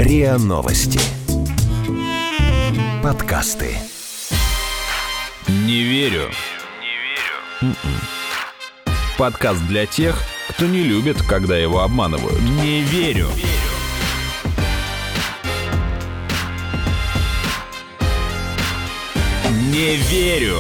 РИА Новости. Подкасты. Не верю. Подкаст для тех, кто не любит, когда его обманывают. Не верю. Не верю.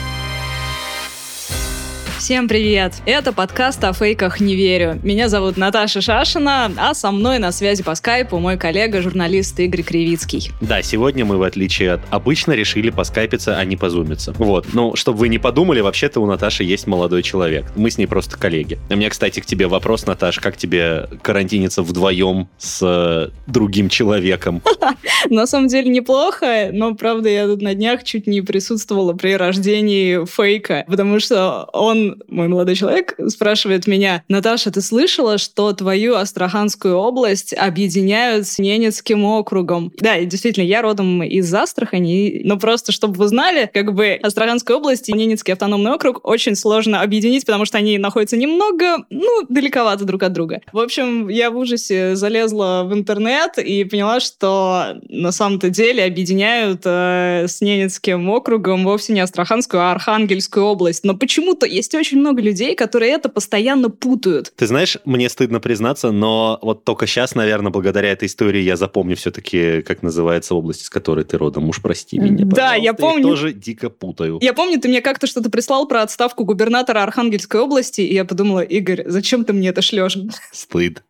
Всем привет! Это подкаст о фейках «Не верю». Меня зовут Наташа Шашина, а со мной на связи по скайпу мой коллега, журналист Игорь Кривицкий. Да, сегодня мы, в отличие от обычно, решили поскайпиться, а не позумиться. Вот, ну, чтобы вы не подумали, вообще-то у Наташи есть молодой человек. Мы с ней просто коллеги. У меня, кстати, к тебе вопрос, Наташ, как тебе карантиниться вдвоем с другим человеком? На самом деле неплохо, но, правда, я тут на днях чуть не присутствовала при рождении фейка, потому что мой молодой человек, спрашивает меня: Наташа, ты слышала, что твою Астраханскую область объединяют с Ненецким округом? Да, и действительно, я родом из Астрахани, но просто, чтобы вы знали, Астраханскую область и Ненецкий автономный округ очень сложно объединить, потому что они находятся немного, далековато друг от друга. В общем, я в ужасе залезла в интернет и поняла, что на самом-то деле объединяют с Ненецким округом вовсе не Астраханскую, а Архангельскую область. Но почему-то есть очень много людей, которые это постоянно путают. Ты знаешь, мне стыдно признаться, но вот только сейчас, наверное, благодаря этой истории я запомню все-таки, как называется область, из которой ты родом. Уж прости меня, пожалуйста. Да, я помню. Я тоже дико путаю. Я помню, ты мне как-то что-то прислал про отставку губернатора Архангельской области, и я подумала: Игорь, зачем ты мне это шлешь? Стыд.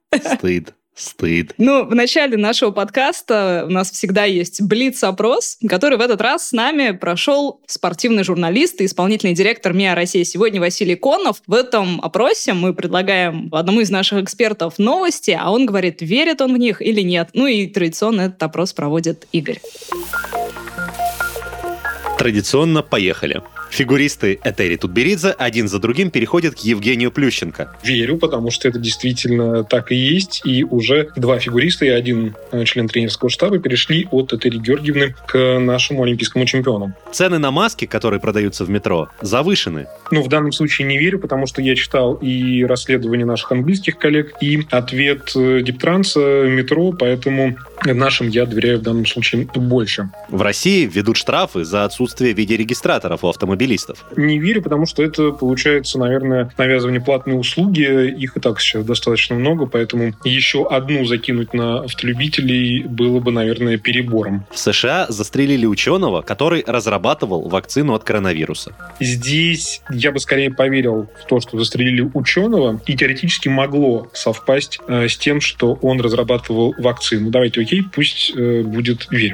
В начале нашего подкаста у нас всегда есть блиц-опрос, который в этот раз с нами прошел спортивный журналист и исполнительный директор МИА России сегодня Василий Конов. В этом опросе мы предлагаем одному из наших экспертов новости, а он говорит, верит он в них или нет. И традиционно этот опрос проводит Игорь. Традиционно поехали. Фигуристы Этери Тутберидзе один за другим переходят к Евгению Плющенко. Верю, потому что это действительно так и есть. И уже два фигуриста и один член тренерского штаба перешли от Этери Георгиевны к нашему олимпийскому чемпиону. Цены на маски, которые продаются в метро, завышены. В данном случае не верю, потому что я читал и расследования наших английских коллег, и ответ Диптранса метро, поэтому нашим я доверяю в данном случае больше. В России введут штрафы за отсутствие видеорегистраторов у автомобилистов. Не верю, потому что это, получается, наверное, навязывание платной услуги. Их и так сейчас достаточно много, поэтому еще одну закинуть на автолюбителей было бы, наверное, перебором. В США застрелили ученого, который разрабатывал вакцину от коронавируса. Здесь я бы скорее поверил в то, что застрелили ученого, и теоретически могло совпасть с тем, что он разрабатывал вакцину. Давайте, окей, пусть будет верю.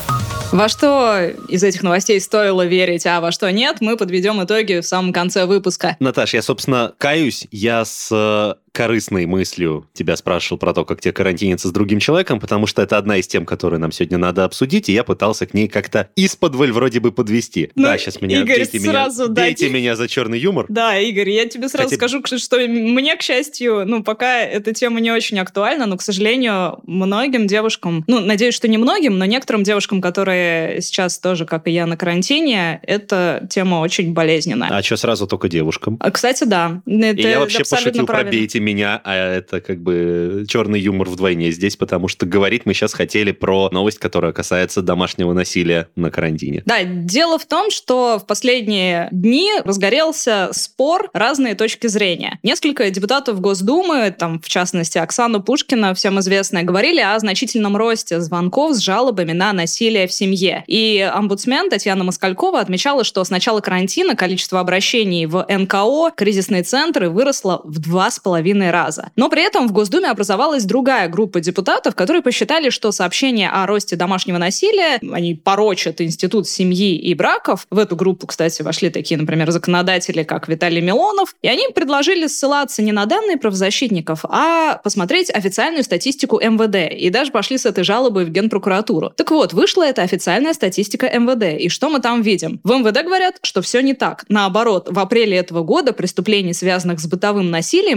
Во что из этих новостей стоило верить, а во что нет, мы подведем итоги в самом конце выпуска. Наташ, я, собственно, каюсь, я с корыстной мыслью тебя спрашивал про то, как тебе карантиниться с другим человеком, потому что это одна из тем, которые нам сегодня надо обсудить, и я пытался к ней как-то исподволь вроде бы подвести. Да, сейчас меня Игорь, дейте меня за черный юмор. Да, Игорь, я тебе сразу скажу, что мне, к счастью, пока эта тема не очень актуальна, но, к сожалению, многим девушкам, надеюсь, что не многим, но некоторым девушкам, которые сейчас тоже, как и я, на карантине, эта тема очень болезненная. А что сразу только девушкам? Кстати, да. И я вообще пошутил про «бейте меня», а это черный юмор вдвойне здесь, потому что говорить мы сейчас хотели про новость, которая касается домашнего насилия на карантине. Да, дело в том, что в последние дни разгорелся спор, разные точки зрения. Несколько депутатов Госдумы, в частности Оксана Пушкина, всем известная, говорили о значительном росте звонков с жалобами на насилие в семье. И омбудсмен Татьяна Москалькова отмечала, что с начала карантина количество обращений в НКО, кризисные центры выросло в 2,5 раза. Но при этом в Госдуме образовалась другая группа депутатов, которые посчитали, что сообщения о росте домашнего насилия, они порочат институт семьи и браков. В эту группу, кстати, вошли такие, например, законодатели, как Виталий Милонов. И они предложили ссылаться не на данные правозащитников, а посмотреть официальную статистику МВД. И даже пошли с этой жалобой в Генпрокуратуру. Так вот, вышла эта официальная статистика МВД. И что мы там видим? В МВД говорят, что все не так. Наоборот, в апреле этого года преступлений, связанных с бытовым насилием, по сравнению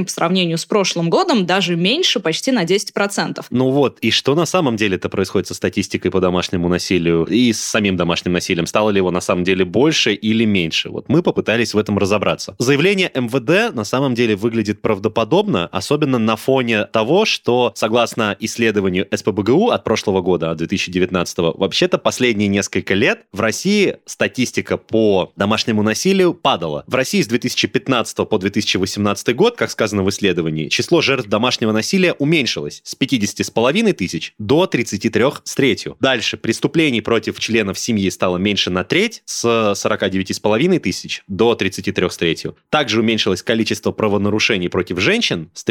сравнению с прошлым годом даже меньше почти на 10%. Ну вот, и что на самом деле это происходит со статистикой по домашнему насилию и с самим домашним насилием? Стало ли его на самом деле больше или меньше? Вот мы попытались в этом разобраться. Заявление МВД на самом деле выглядит правдоподобно, особенно на фоне того, что, согласно исследованию СПбГУ от прошлого года, от 2019, вообще-то последние несколько лет в России статистика по домашнему насилию падала. В России с 2015 по 2018 год, как сказано в исследовании, число жертв домашнего насилия уменьшилось с 50,5 тысяч до 33,3. Дальше преступлений против членов семьи стало меньше на треть, с 49,5 тысяч до 33,3. Также уменьшилось количество правонарушений против женщин с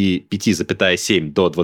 35,7 до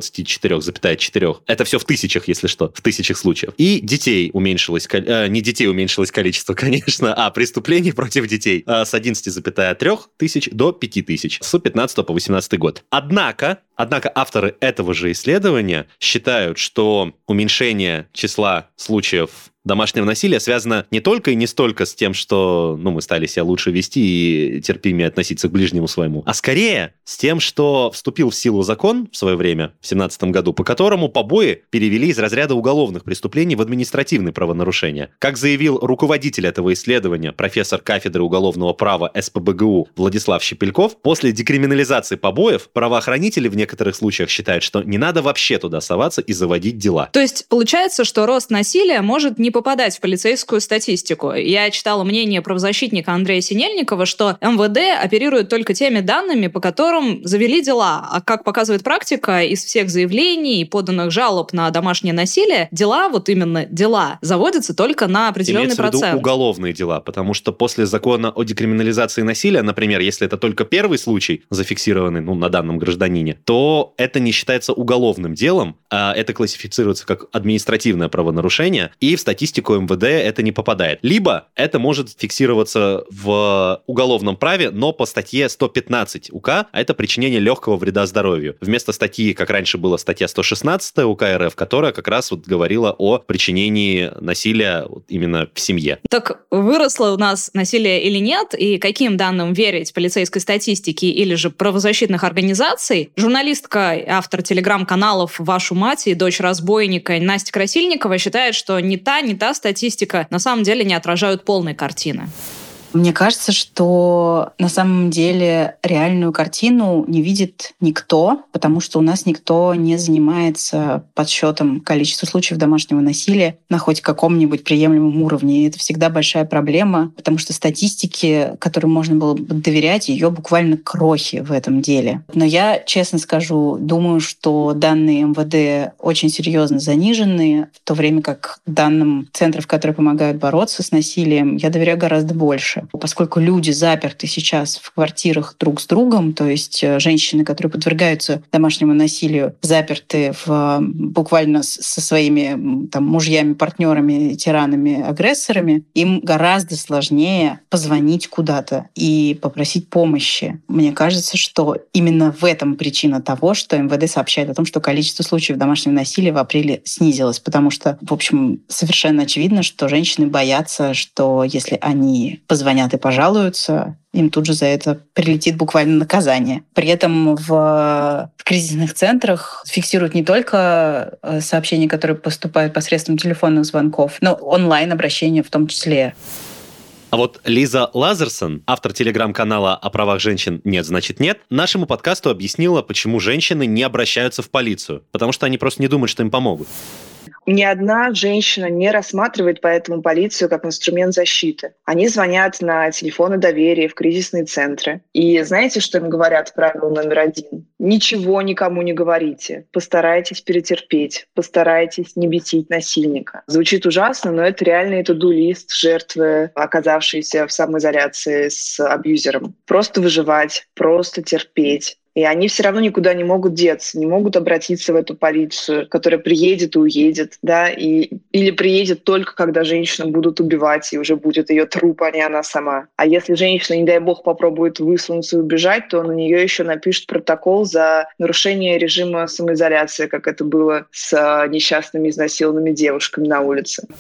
24,4. Это все в тысячах, если что, в тысячах случаев. И детей уменьшилось, не детей уменьшилось количество, конечно, а преступлений против детей с 11,3 тысяч до 5 тысяч с 15 по 18 год. Однако авторы этого же исследования считают, что уменьшение числа случаев домашнего насилия связано не только и не столько с тем, что мы стали себя лучше вести и терпимее относиться к ближнему своему, а скорее с тем, что вступил в силу закон в свое время, в 2017 году, по которому побои перевели из разряда уголовных преступлений в административные правонарушения. Как заявил руководитель этого исследования, профессор кафедры уголовного права СПбГУ Владислав Щепельков, после декриминализации побоев правоохранители в некоторых случаях считают, что не надо вообще туда соваться и заводить дела. То есть получается, что рост насилия может не попадать в полицейскую статистику. Я читала мнение правозащитника Андрея Синельникова, что МВД оперирует только теми данными, по которым завели дела. А как показывает практика, из всех заявлений и поданных жалоб на домашнее насилие, дела, вот именно дела, заводятся только на определенный процент. Имеется в виду уголовные дела, потому что после закона о декриминализации насилия, например, если это только первый случай, зафиксированный на данном гражданине, то это не считается уголовным делом, а это классифицируется как административное правонарушение, и в статистику МВД это не попадает. Либо это может фиксироваться в уголовном праве, но по статье 115 УК, а это причинение легкого вреда здоровью. Вместо статьи, как раньше была статья 116 УК РФ, которая как раз говорила о причинении насилия именно в семье. Так выросло у нас насилие или нет, и каким данным верить, полицейской статистики или же правозащитных организаций? Журналистка, автор телеграм-каналов «Вашу мать» и дочь разбойника Настя Красильникова считает, что ни та статистика на самом деле не отражают полной картины. Мне кажется, что на самом деле реальную картину не видит никто, потому что у нас никто не занимается подсчетом количества случаев домашнего насилия на хоть каком-нибудь приемлемом уровне. И это всегда большая проблема, потому что статистике, которой можно было бы доверять, ее буквально крохи в этом деле. Но я, честно скажу, думаю, что данные МВД очень серьезно занижены, в то время как данным центров, которые помогают бороться с насилием, я доверяю гораздо больше. Поскольку люди заперты сейчас в квартирах друг с другом, то есть женщины, которые подвергаются домашнему насилию, заперты буквально со своими мужьями, партнерами, тиранами, агрессорами, им гораздо сложнее позвонить куда-то и попросить помощи. Мне кажется, что именно в этом причина того, что МВД сообщает о том, что количество случаев домашнего насилия в апреле снизилось, потому что, в общем, совершенно очевидно, что женщины боятся, что если они позвонят и пожалуются, им тут же за это прилетит буквально наказание. При этом в кризисных центрах фиксируют не только сообщения, которые поступают посредством телефонных звонков, но онлайн-обращения в том числе. А вот Лиза Лазерсон, автор телеграм-канала «О правах женщин нет, значит нет», нашему подкасту объяснила, почему женщины не обращаются в полицию. Потому что они просто не думают, что им помогут. Ни одна женщина не рассматривает поэтому полицию как инструмент защиты. Они звонят на телефоны доверия в кризисные центры. И знаете, что им говорят правило номер 1? Ничего никому не говорите. Постарайтесь перетерпеть. Постарайтесь не бесить насильника. Звучит ужасно, но это реальный to-do-лист жертвы, оказавшейся в самоизоляции с абьюзером. Просто выживать, просто терпеть. И они все равно никуда не могут деться, не могут обратиться в эту полицию, которая приедет и уедет, да, или приедет только, когда женщину будут убивать, и уже будет ее труп, а не она сама. А если женщина, не дай бог, попробует высунуться и убежать, то на нее еще напишут протокол за нарушение режима самоизоляции, как это было с несчастными изнасилованными девушками на улице.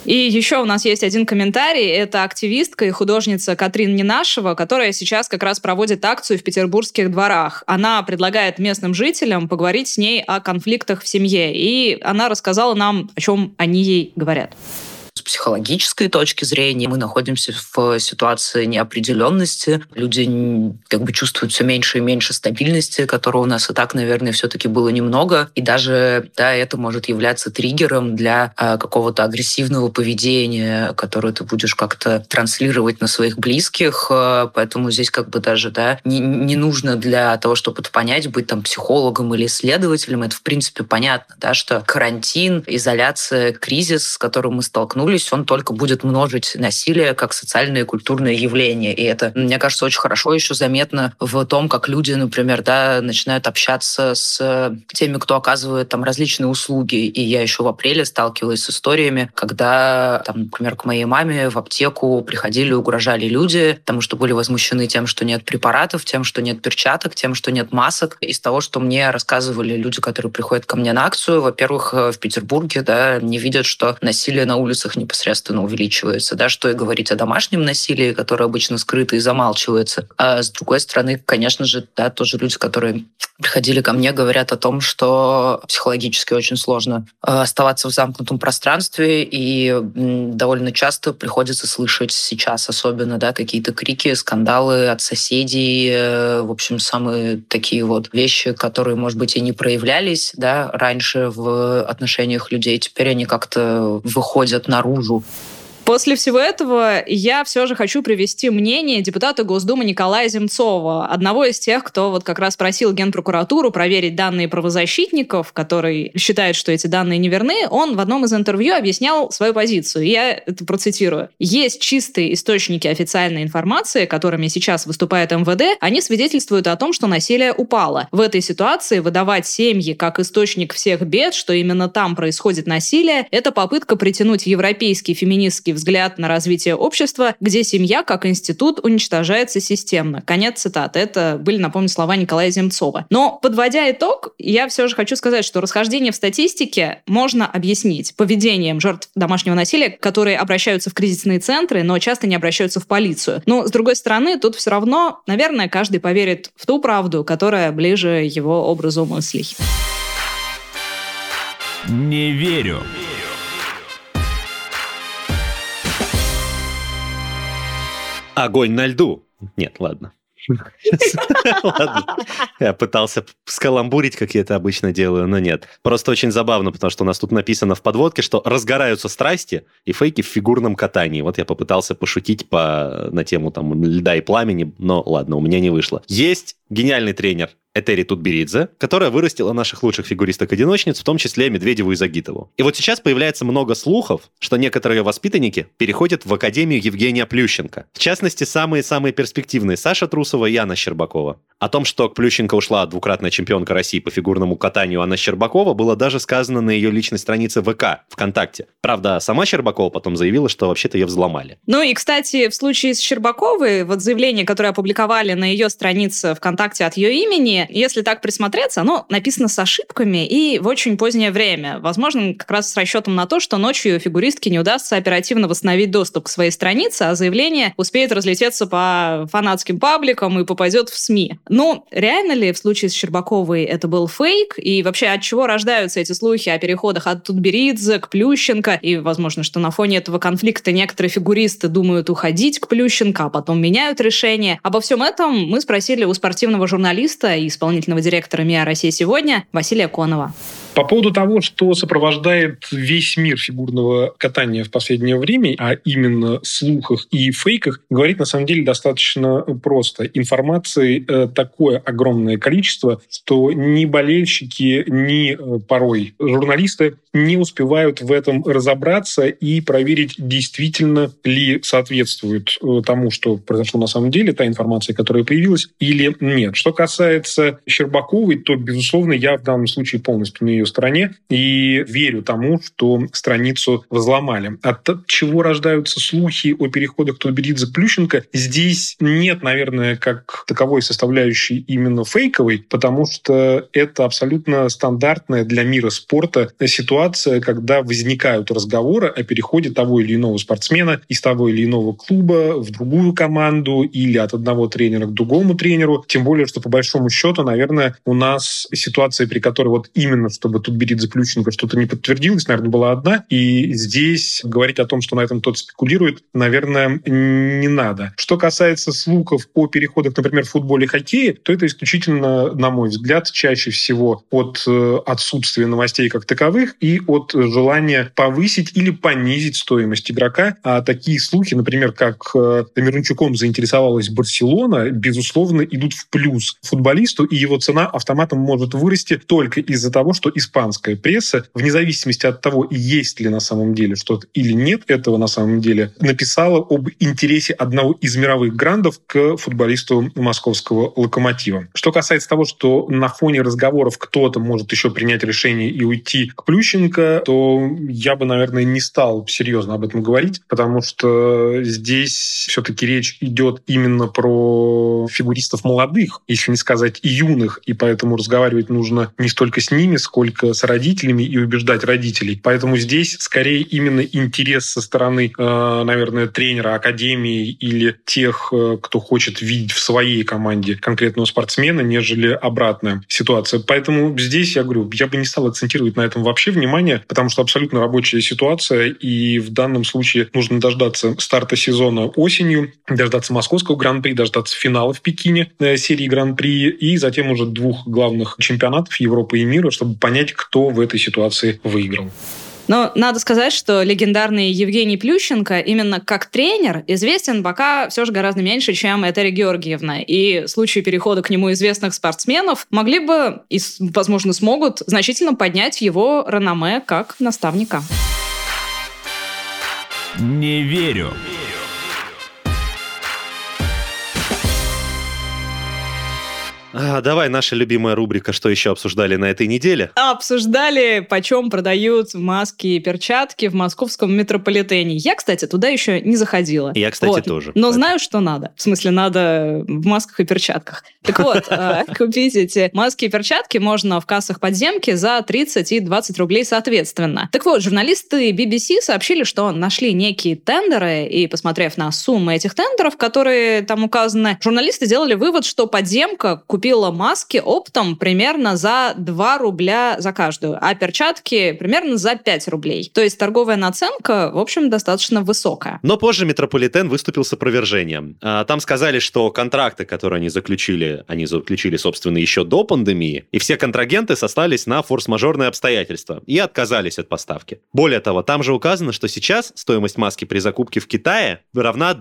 И еще у нас есть один комментарий. Это активистка и художница Катрин Ненашева, которая сейчас как раз проводит акцию в петербургских дворах. Она предлагает местным жителям поговорить с ней о конфликтах в семье. И она рассказала нам, о чем они ей говорят. С психологической точки зрения мы находимся в ситуации неопределенности. Люди как бы чувствуют все меньше и меньше стабильности, которой у нас и так, наверное, все-таки было немного. И даже это может являться триггером для какого-то агрессивного поведения, которое ты будешь как-то транслировать на своих близких. Поэтому здесь как бы даже не нужно для того, чтобы это понять, быть там психологом или исследователем. Это, в принципе, понятно, что карантин, изоляция, кризис, с которым мы столкнулись, он только будет множить насилие как социальное и культурное явление. И это, мне кажется, очень хорошо еще заметно в том, как люди, например, начинают общаться с теми, кто оказывает там различные услуги. И я еще в апреле сталкивалась с историями, когда, там, например, к моей маме в аптеку приходили, угрожали люди, потому что были возмущены тем, что нет препаратов, тем, что нет перчаток, тем, что нет масок. Из того, что мне рассказывали люди, которые приходят ко мне на акцию, во-первых, в Петербурге не видят, что насилие на улицах непосредственно увеличивается, что и говорить о домашнем насилии, которое обычно скрыто и замалчивается. А с другой стороны, конечно же, тоже люди, которые приходили ко мне, говорят о том, что психологически очень сложно оставаться в замкнутом пространстве, и довольно часто приходится слышать сейчас особенно какие-то крики, скандалы от соседей, в общем, самые такие вещи, которые, может быть, и не проявлялись раньше в отношениях людей, теперь они как-то выходят наружу. После всего этого я все же хочу привести мнение депутата Госдумы Николая Земцова, одного из тех, кто как раз просил Генпрокуратуру проверить данные правозащитников, который считает, что эти данные неверны. Он в одном из интервью объяснял свою позицию. Я это процитирую. Есть чистые источники официальной информации, которыми сейчас выступает МВД. Они свидетельствуют о том, что насилие упало. В этой ситуации выдавать семьи как источник всех бед, что именно там происходит насилие, это попытка притянуть европейский феминистский взгляд на развитие общества, где семья как институт уничтожается системно. Конец цитаты. Это были, напомню, слова Николая Земцова. Но, подводя итог, я все же хочу сказать, что расхождение в статистике можно объяснить поведением жертв домашнего насилия, которые обращаются в кризисные центры, но часто не обращаются в полицию. Но, с другой стороны, тут все равно, наверное, каждый поверит в ту правду, которая ближе его образу мыслей. Не верю. Огонь на льду. Нет, ладно. Ладно. Я пытался скаламбурить, как я это обычно делаю, но нет. Просто очень забавно, потому что у нас тут написано в подводке, что разгораются страсти и фейки в фигурном катании. Вот я попытался пошутить на тему льда и пламени, но ладно, у меня не вышло. Есть гениальный тренер Этери Тутберидзе, которая вырастила наших лучших фигуристок-одиночниц, в том числе Медведеву и Загитову. И вот сейчас появляется много слухов, что некоторые ее воспитанники переходят в Академию Евгения Плющенко. В частности, самые-самые перспективные Саша Трусова и Анна Щербакова. О том, что к Плющенко ушла двукратная чемпионка России по фигурному катанию Анна Щербакова, было даже сказано на ее личной странице ВК, ВКонтакте. Правда, сама Щербакова потом заявила, что вообще-то ее взломали. Ну и, кстати, в случае с Щербаковой, заявление, которое опубликовали на ее странице ВКонтакте от ее имени, если так присмотреться, оно написано с ошибками и в очень позднее время. Возможно, как раз с расчетом на то, что ночью фигуристке не удастся оперативно восстановить доступ к своей странице, а заявление успеет разлететься по фанатским пабликам и попадет в СМИ. Но реально ли в случае с Щербаковой это был фейк? И вообще, от чего рождаются эти слухи о переходах от Тутберидзе к Плющенко? И, возможно, что на фоне этого конфликта некоторые фигуристы думают уходить к Плющенко, а потом меняют решение. Обо всем этом мы спросили у спортивного журналиста и исполнительного директора МИА «Россия сегодня» Василия Конова. По поводу того, что сопровождает весь мир фигурного катания в последнее время, а именно слухах и фейках, говорить на самом деле достаточно просто. Информации такое огромное количество, что ни болельщики, ни порой журналисты не успевают в этом разобраться и проверить, действительно ли соответствует тому, что произошло на самом деле, та информация, которая появилась, или нет. Что касается Щербаковой, то, безусловно, я в данном случае полностью на ее стороне и верю тому, что страницу взломали. От чего рождаются слухи о переходах Тутберидзе-Плющенко, здесь нет, наверное, как таковой составляющей именно фейковой, потому что это абсолютно стандартная для мира спорта ситуация, когда возникают разговоры о переходе того или иного спортсмена из того или иного клуба в другую команду или от одного тренера к другому тренеру. Тем более, что по большому счету, наверное, у нас ситуация, при которой вот именно, чтобы Тутберидзе-Плющенко что-то не подтвердилось, наверное, была одна. И здесь говорить о том, что на этом кто-то спекулирует, наверное, не надо. Что касается слухов о переходах, например, в футболе и хоккее, то это исключительно, на мой взгляд, чаще всего от отсутствия новостей как таковых и от желания повысить или понизить стоимость игрока. А такие слухи, например, как Мирончуком заинтересовалась Барселона, безусловно, идут в плюс футболисту, и его цена автоматом может вырасти только из-за того, что испанская пресса, вне зависимости от того, есть ли на самом деле что-то или нет этого на самом деле, написала об интересе одного из мировых грандов к футболисту московского «Локомотива». Что касается того, что на фоне разговоров кто-то может еще принять решение и уйти к Плющенко, то я бы, наверное, не стал серьезно об этом говорить, потому что здесь все-таки речь идет именно про фигуристов молодых, если не сказать юных, и поэтому разговаривать нужно не столько с ними, сколько с родителями и убеждать родителей. Поэтому здесь скорее именно интерес со стороны, наверное, тренера, академии или тех, кто хочет видеть в своей команде конкретного спортсмена, нежели обратная ситуация. Поэтому здесь, я говорю, я бы не стал акцентировать на этом вообще внимание, потому что абсолютно рабочая ситуация, и в данном случае нужно дождаться старта сезона осенью, дождаться московского гран-при, дождаться финала в Пекине серии гран-при, и затем уже 2 главных чемпионатов Европы и мира, чтобы понять, кто в этой ситуации выиграл. Но надо сказать, что легендарный Евгений Плющенко именно как тренер известен пока все же гораздо меньше, чем Этери Георгиевна. И случаи перехода к нему известных спортсменов могли бы и, возможно, смогут значительно поднять его реноме как наставника. Не верю. Давай наша любимая рубрика «Что еще обсуждали на этой неделе?» Обсуждали, почем продают маски и перчатки в московском метрополитене. Я, кстати, туда еще не заходила. Я, кстати, тоже. Но знаю, что надо. В смысле, надо в масках и перчатках. Так вот, купить эти маски и перчатки можно в кассах подземки за 30 и 20 рублей соответственно. Так вот, журналисты BBC сообщили, что нашли некие тендеры, и, посмотрев на суммы этих тендеров, которые там указаны, журналисты сделали вывод, что подземка купила маски оптом примерно за 2 рубля за каждую, а перчатки примерно за 5 рублей. То есть торговая наценка, в общем, достаточно высокая. Но позже Метрополитен выступил с опровержением. Там сказали, что контракты, которые они заключили, собственно, еще до пандемии, и все контрагенты сослались на форс-мажорные обстоятельства и отказались от поставки. Более того, там же указано, что сейчас стоимость маски при закупке в Китае равна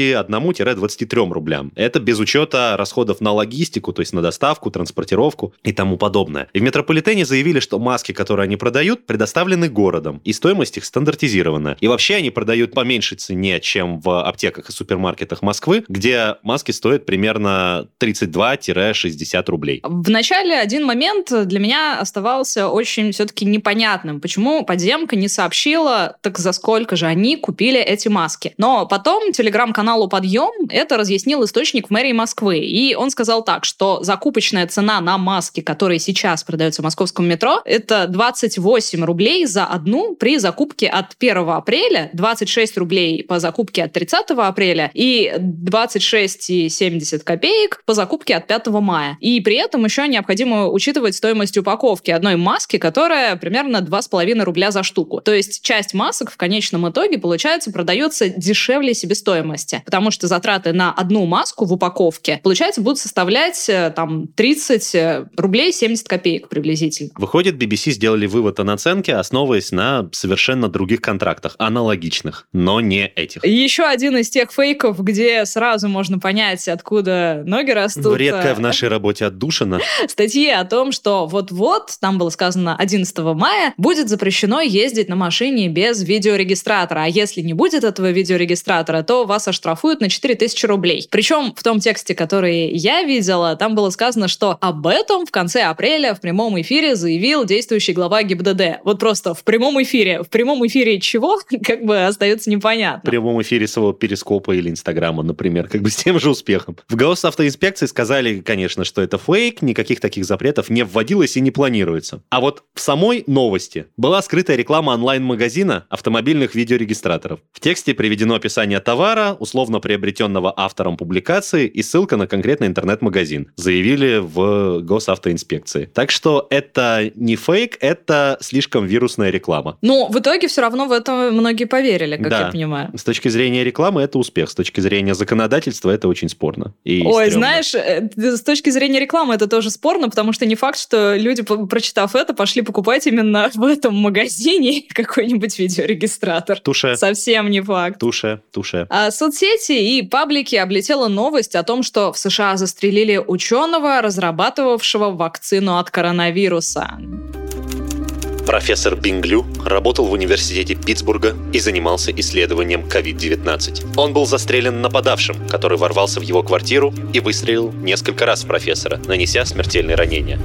21-23 рублям. Это без учета расходов на логистику, то есть на доставку, транспортировку и тому подобное. И в Метрополитене заявили, что маски, которые они продают, предоставлены городом, и стоимость их стандартизирована. И вообще они продают по меньшей цене, чем в аптеках и супермаркетах Москвы, где маски стоят примерно 32-60 рублей. Вначале один момент для меня оставался очень все-таки непонятным. Почему подземка не сообщила, так за сколько же они купили эти маски. Но потом телеграм-каналу «Подъем» это разъяснил источник в мэрии Москвы. И он сказал так, что закупочная цена на маски, которые сейчас продаются в московском метро, это 28 рублей за одну при закупке от 1 апреля, 26 рублей по закупке от 30 апреля и 26,70 копеек по закупке от 5 мая. И при этом еще необходимо учитывать стоимость упаковки одной маски, которая примерно 2,5 рубля за штуку. То есть часть масок в конечном итоге, получается, продается дешевле себестоимости, потому что затраты на одну маску в упаковке, получается, будут составлять там 30 рублей 70 копеек приблизительно. Выходит, BBC сделали вывод о наценке, основываясь на совершенно других контрактах, аналогичных, но не этих. Еще один из тех фейков, где сразу можно понять, откуда ноги растут. Редкая в нашей работе отдушина. Статьи о том, что вот-вот, там было сказано 11 мая, будет запрещено ездить на машине без видеорегистратора. А если не будет этого видеорегистратора, то вас оштрафуют на 4000 рублей. Причем в том тексте, который я видела, там было сказано, что об этом в конце апреля в прямом эфире заявил действующий глава ГИБДД. Вот просто в прямом эфире. В прямом эфире чего? Как бы остается непонятно. В прямом эфире своего перископа или Инстаграма, например, как бы с тем же успехом. В госавтоинспекции сказали, конечно, что это фейк, никаких таких запретов не вводилось и не планируется. А вот в самой новости была скрытая реклама онлайн-магазина автомобильных видеорегистраторов. В тексте приведено описание товара, условно приобретенного автором публикации, и ссылка на конкретный интернет-магазин, заявили в госавтоинспекции. Так что это не фейк, это слишком вирусная реклама. Но в итоге все равно в это многие поверили, как я понимаю. С точки зрения рекламы это успех, с точки зрения законодательства это очень спорно. И ой, стрёмно. знаешь, с точки зрения рекламы это тоже спорно, потому что не факт, что люди, прочитав это, пошли покупать именно в этом магазине какой-нибудь видеорегистратор. Туше. Совсем не факт. Туше. А соцсети и паблики облетела новость о том, что в США застрелили ученого, разрабатывавшего вакцину от коронавируса. Профессор Бинглю работал в университете Питтсбурга и занимался исследованием COVID-19. Он был застрелен нападавшим, который ворвался в его квартиру и выстрелил несколько раз в профессора, нанеся смертельные ранения.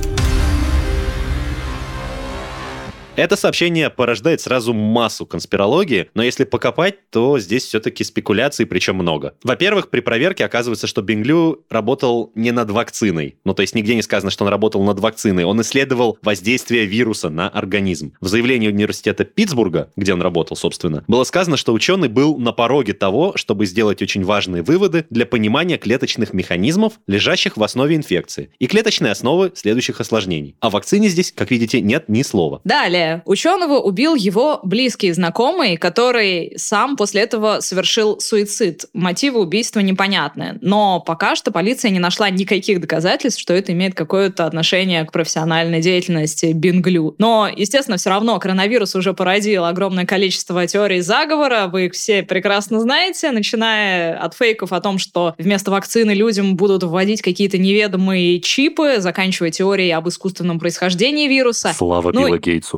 Это сообщение порождает сразу массу конспирологии, но если покопать, то здесь все-таки спекуляций, причем много. Во-первых, при проверке оказывается, что Бинглю работал не над вакциной. Ну, то есть нигде не сказано, что он работал над вакциной. Он исследовал воздействие вируса на организм. В заявлении университета Питтсбурга, где он работал, собственно, было сказано, что ученый был на пороге того, чтобы сделать очень важные выводы для понимания клеточных механизмов, лежащих в основе инфекции, и клеточной основы следующих осложнений. О вакцине здесь, как видите, нет ни слова. Далее. Ученого убил его близкий знакомый, который сам после этого совершил суицид. Мотивы убийства непонятны. Но пока что полиция не нашла никаких доказательств, что это имеет какое-то отношение к профессиональной деятельности Бинглю. Но, естественно, все равно коронавирус уже породил огромное количество теорий заговора. Вы их все прекрасно знаете, начиная от фейков о том, что вместо вакцины людям будут вводить какие-то неведомые чипы, заканчивая теорией об искусственном происхождении вируса. Слава Биллу Гейтсу.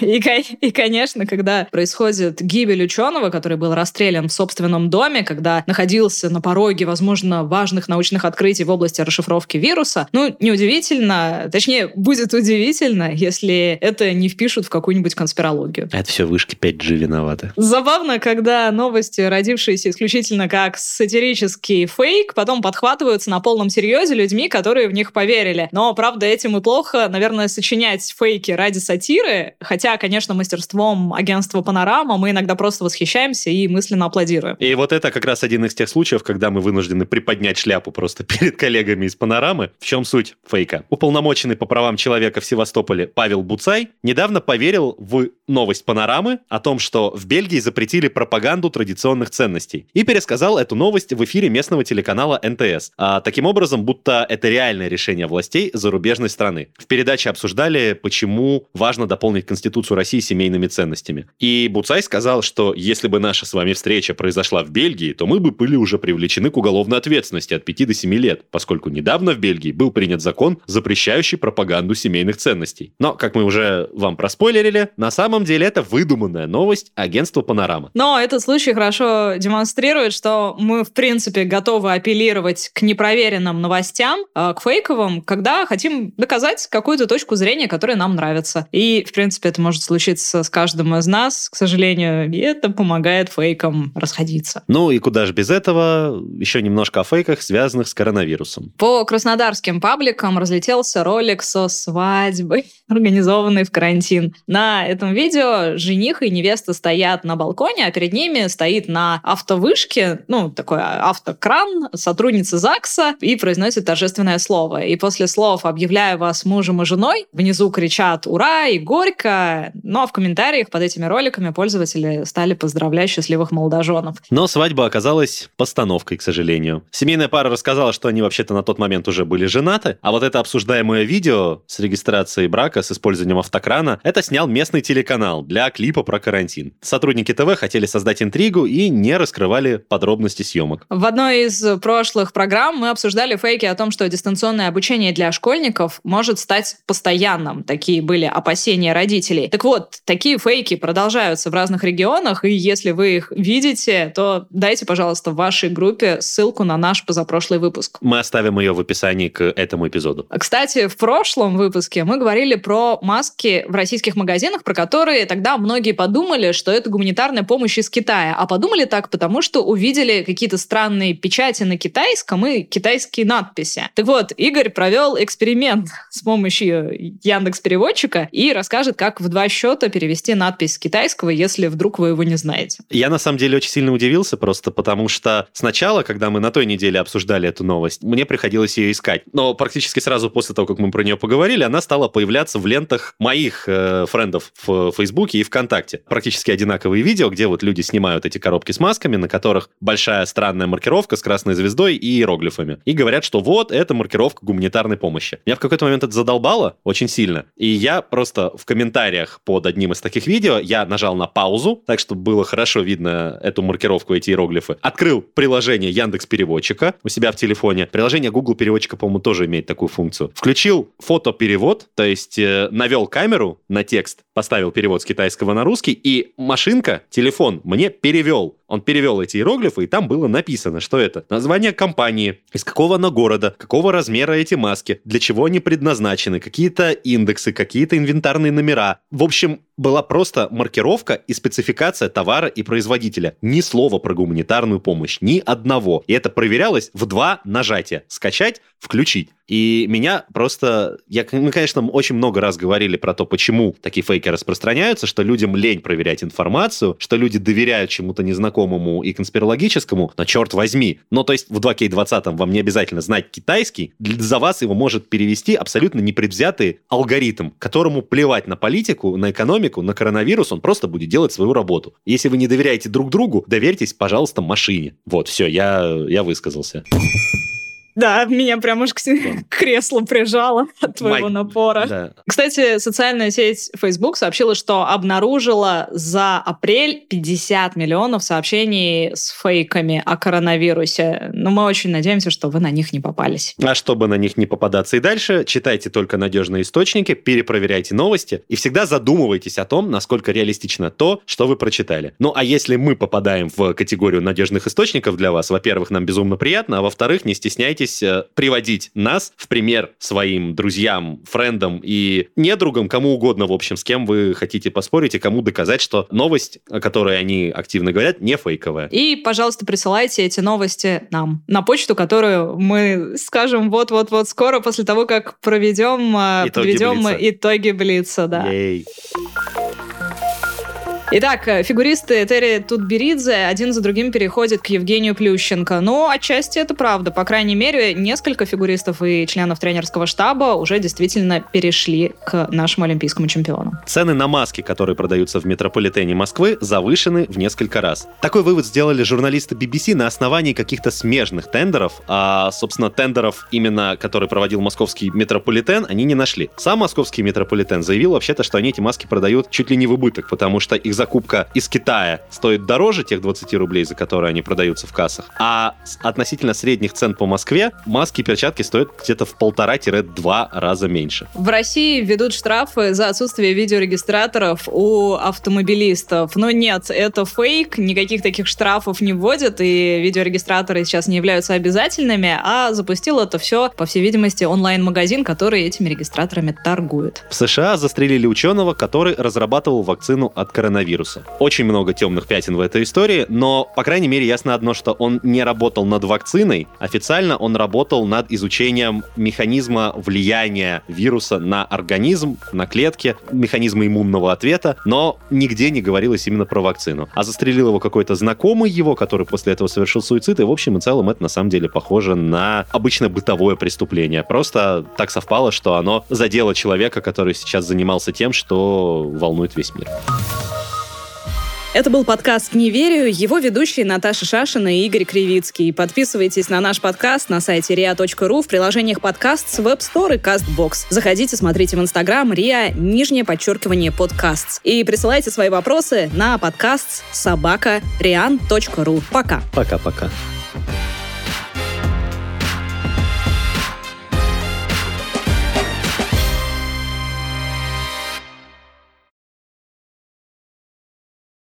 И, конечно, когда происходит гибель ученого, который был расстрелян в собственном доме, когда находился на пороге, возможно, важных научных открытий в области расшифровки вируса, неудивительно, точнее, будет удивительно, если это не впишут в какую-нибудь конспирологию. Это все вышки 5G виноваты. Забавно, когда новости, родившиеся исключительно как сатирический фейк, потом подхватываются на полном серьезе людьми, которые в них поверили. Но, правда, этим и плохо, наверное, сочинять фейки ради сатиры. Хотя, конечно, мастерством агентства «Панорама» мы иногда просто восхищаемся и мысленно аплодируем. И вот это как раз один из тех случаев, когда мы вынуждены приподнять шляпу просто перед коллегами из «Панорамы». В чем суть фейка? Уполномоченный по правам человека в Севастополе Павел Буцай недавно поверил в новость «Панорамы» о том, что в Бельгии запретили пропаганду традиционных ценностей. И пересказал эту новость в эфире местного телеканала НТС. Таким образом, будто это реальное решение властей зарубежной страны. В передаче обсуждали, почему важно дополнить Конституцию России семейными ценностями. И Буцай сказал, что если бы наша с вами встреча произошла в Бельгии, то мы бы были уже привлечены к уголовной ответственности от 5 до 7 лет, поскольку недавно в Бельгии был принят закон, запрещающий пропаганду семейных ценностей. Но, как мы уже вам проспойлерили, на самом деле это выдуманная новость агентства «Панорама». Но этот случай хорошо демонстрирует, что мы, в принципе, готовы апеллировать к непроверенным новостям, к фейковым, когда хотим доказать какую-то точку зрения, которая нам нравится. И, в принципе, это может случиться с каждым из нас, к сожалению, и это помогает фейкам расходиться. Ну и куда же без этого? Еще немножко о фейках, связанных с коронавирусом. По краснодарским пабликам разлетелся ролик со свадьбой, организованной в карантин. На этом видео жених и невеста стоят на балконе, а перед ними стоит на автовышке, такой автокран, сотрудница ЗАГСа, и произносит торжественное слово. И после слов «объявляю вас мужем и женой», внизу кричат «Ура!» и «Горько!». Ну а в комментариях под этими роликами пользователи стали поздравлять счастливых молодоженов. Но свадьба оказалась постановкой, к сожалению. Семейная пара рассказала, что они вообще-то на тот момент уже были женаты, а вот это обсуждаемое видео с регистрацией брака с использованием автокрана, это снял местный телеканал для клипа про карантин. Сотрудники ТВ хотели создать интригу и не раскрывали подробности съемок. В одной из прошлых программ мы обсуждали фейки о том, что дистанционное обучение для школьников может стать постоянным. Такие были опасения родителей. родителей. Так вот, такие фейки продолжаются в разных регионах, и если вы их видите, то дайте, пожалуйста, в вашей группе ссылку на наш позапрошлый выпуск. Мы оставим ее в описании к этому эпизоду. Кстати, в прошлом выпуске мы говорили про маски в российских магазинах, про которые тогда многие подумали, что это гуманитарная помощь из Китая. А подумали так, потому что увидели какие-то странные печати на китайском и китайские надписи. Так вот, Игорь провел эксперимент с помощью Яндекс.Переводчика и расскажет, как в 2 счета перевести надпись с китайского, если вдруг вы его не знаете. Я, на самом деле, очень сильно удивился просто потому, что сначала, когда мы на той неделе обсуждали эту новость, мне приходилось ее искать. Но практически сразу после того, как мы про нее поговорили, она стала появляться в лентах моих френдов в Фейсбуке и ВКонтакте. Практически одинаковые видео, где вот люди снимают эти коробки с масками, на которых большая странная маркировка с красной звездой и иероглифами. И говорят, что вот, это маркировка гуманитарной помощи. Меня в какой-то момент это задолбало очень сильно. И я просто в комментариях под одним из таких видео, я нажал на паузу, так, чтобы было хорошо видно эту маркировку, эти иероглифы. Открыл приложение Яндекс.Переводчика у себя в телефоне. Приложение Google Переводчика, по-моему, тоже имеет такую функцию. Включил фотоперевод, то есть навел камеру на текст, поставил перевод с китайского на русский, и машинка, телефон мне перевел. Он перевел эти иероглифы, и там было написано, что это название компании, из какого она города, какого размера эти маски, для чего они предназначены, какие-то индексы, какие-то инвентарные номера. В общем, была просто маркировка и спецификация товара и производителя. Ни слова про гуманитарную помощь, ни одного. И это проверялось в 2 нажатия. Скачать, включить. И меня просто... Мы, конечно, очень много раз говорили про то, почему такие фейки распространяются, что людям лень проверять информацию, что люди доверяют чему-то незнакомому и конспирологическому, но черт возьми. Ну, то есть в 2К20 вам не обязательно знать китайский, за вас его может перевести абсолютно непредвзятый алгоритм, которому плевать на политику, на экономику, на коронавирус, он просто будет делать свою работу. Если вы не доверяете друг другу, доверьтесь, пожалуйста, машине. Вот, все, я высказался. Да, меня прям аж к креслу прижало от твоего напора. Да. Кстати, социальная сеть Facebook сообщила, что обнаружила за апрель 50 миллионов сообщений с фейками о коронавирусе. Но мы очень надеемся, что вы на них не попались. А чтобы на них не попадаться и дальше, читайте только надежные источники, перепроверяйте новости и всегда задумывайтесь о том, насколько реалистично то, что вы прочитали. Ну, а если мы попадаем в категорию надежных источников для вас, во-первых, нам безумно приятно, а во-вторых, не стесняйтесь приводить нас в пример своим друзьям, френдам и недругам, кому угодно, в общем, с кем вы хотите поспорить и кому доказать, что новость, о которой они активно говорят, не фейковая. И, пожалуйста, присылайте эти новости нам на почту, которую мы скажем вот-вот-вот скоро, после того, как подведем итоги Блица. Да. Итак, фигуристы Терри Тутберидзе один за другим переходят к Евгению Плющенко. Но отчасти это правда. По крайней мере, несколько фигуристов и членов тренерского штаба уже действительно перешли к нашему олимпийскому чемпиону. Цены на маски, которые продаются в метрополитене Москвы, завышены в несколько раз. Такой вывод сделали журналисты BBC на основании каких-то смежных тендеров, а, собственно, тендеров, именно который проводил московский метрополитен, они не нашли. Сам московский метрополитен заявил вообще-то, что они эти маски продают чуть ли не в убыток, потому что их закупка из Китая стоит дороже тех 20 рублей, за которые они продаются в кассах, а относительно средних цен по Москве маски и перчатки стоят где-то в 1,5-2 раза меньше. В России введут штрафы за отсутствие видеорегистраторов у автомобилистов. Но нет, это фейк, никаких таких штрафов не вводят, и видеорегистраторы сейчас не являются обязательными, а запустил это все, по всей видимости, онлайн-магазин, который этими регистраторами торгует. В США застрелили ученого, который разрабатывал вакцину от коронавируса. Очень много темных пятен в этой истории, но, по крайней мере, ясно одно, что он не работал над вакциной. Официально он работал над изучением механизма влияния вируса на организм, на клетки, механизма иммунного ответа, но нигде не говорилось именно про вакцину. А застрелил его какой-то знакомый его, который после этого совершил суицид, и, в общем и целом, это на самом деле похоже на обычное бытовое преступление. Просто так совпало, что оно задело человека, который сейчас занимался тем, что волнует весь мир. Это был подкаст «Не верю», его ведущие Наташа Шашина и Игорь Кривицкий. Подписывайтесь на наш подкаст на сайте ria.ru, в приложениях подкаст с Web Store и CastBox. Заходите, смотрите в Instagram ria_podcasts. И присылайте свои вопросы на подкаст @rian.ru. Пока. Пока-пока.